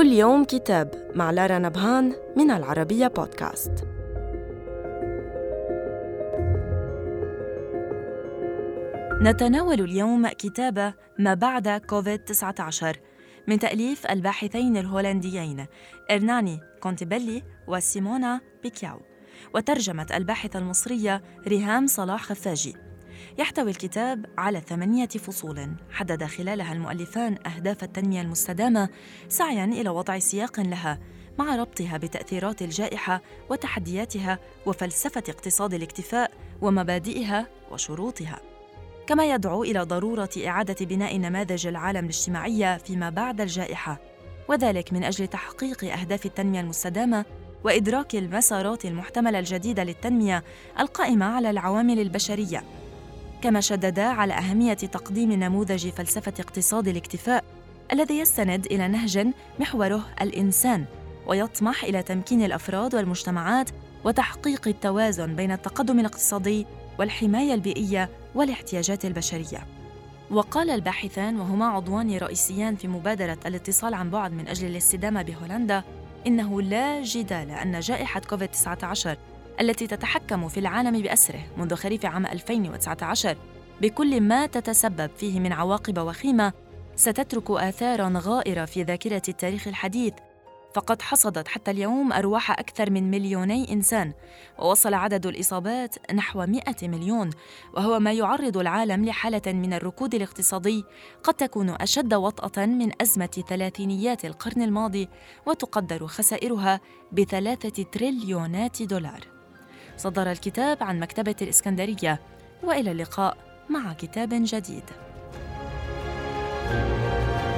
كل يوم كتاب مع لارا نبهان من العربية بودكاست. نتناول اليوم كتاب ما بعد كوفيد-19 من تأليف الباحثين الهولنديين إرناني كونتيبيلي وسيمونا بيكياو، وترجمة الباحثة المصرية ريهام صلاح خفاجي. يحتوي الكتاب على 8 فصول حدد خلالها المؤلفان أهداف التنمية المستدامة سعياً إلى وضع سياق لها مع ربطها بتأثيرات الجائحة وتحدياتها وفلسفة اقتصاد الاكتفاء ومبادئها وشروطها، كما يدعو إلى ضرورة إعادة بناء نماذج العالم الاجتماعية فيما بعد الجائحة، وذلك من أجل تحقيق أهداف التنمية المستدامة وإدراك المسارات المحتملة الجديدة للتنمية القائمة على العوامل البشرية. كما شددا على أهمية تقديم نموذج فلسفة اقتصاد الاكتفاء الذي يستند إلى نهج محوره الإنسان ويطمح إلى تمكين الأفراد والمجتمعات وتحقيق التوازن بين التقدم الاقتصادي والحماية البيئية والاحتياجات البشرية. وقال الباحثان وهما عضوان رئيسيان في مبادرة الاتصال عن بعد من أجل الاستدامة بهولندا إنه لا جدال أن جائحة كوفيد-19 التي تتحكم في العالم بأسره منذ خريف عام 2019 بكل ما تتسبب فيه من عواقب وخيمة ستترك آثاراً غائرة في ذاكرة التاريخ الحديث، فقد حصدت حتى اليوم أرواح أكثر من 2 مليون إنسان، ووصل عدد الإصابات نحو 100 مليون، وهو ما يعرض العالم لحالة من الركود الاقتصادي قد تكون أشد وطأة من أزمة ثلاثينيات القرن الماضي، وتقدر خسائرها ب3 تريليونات دولار. صدر الكتاب عن مكتبة الإسكندرية، وإلى اللقاء مع كتاب جديد.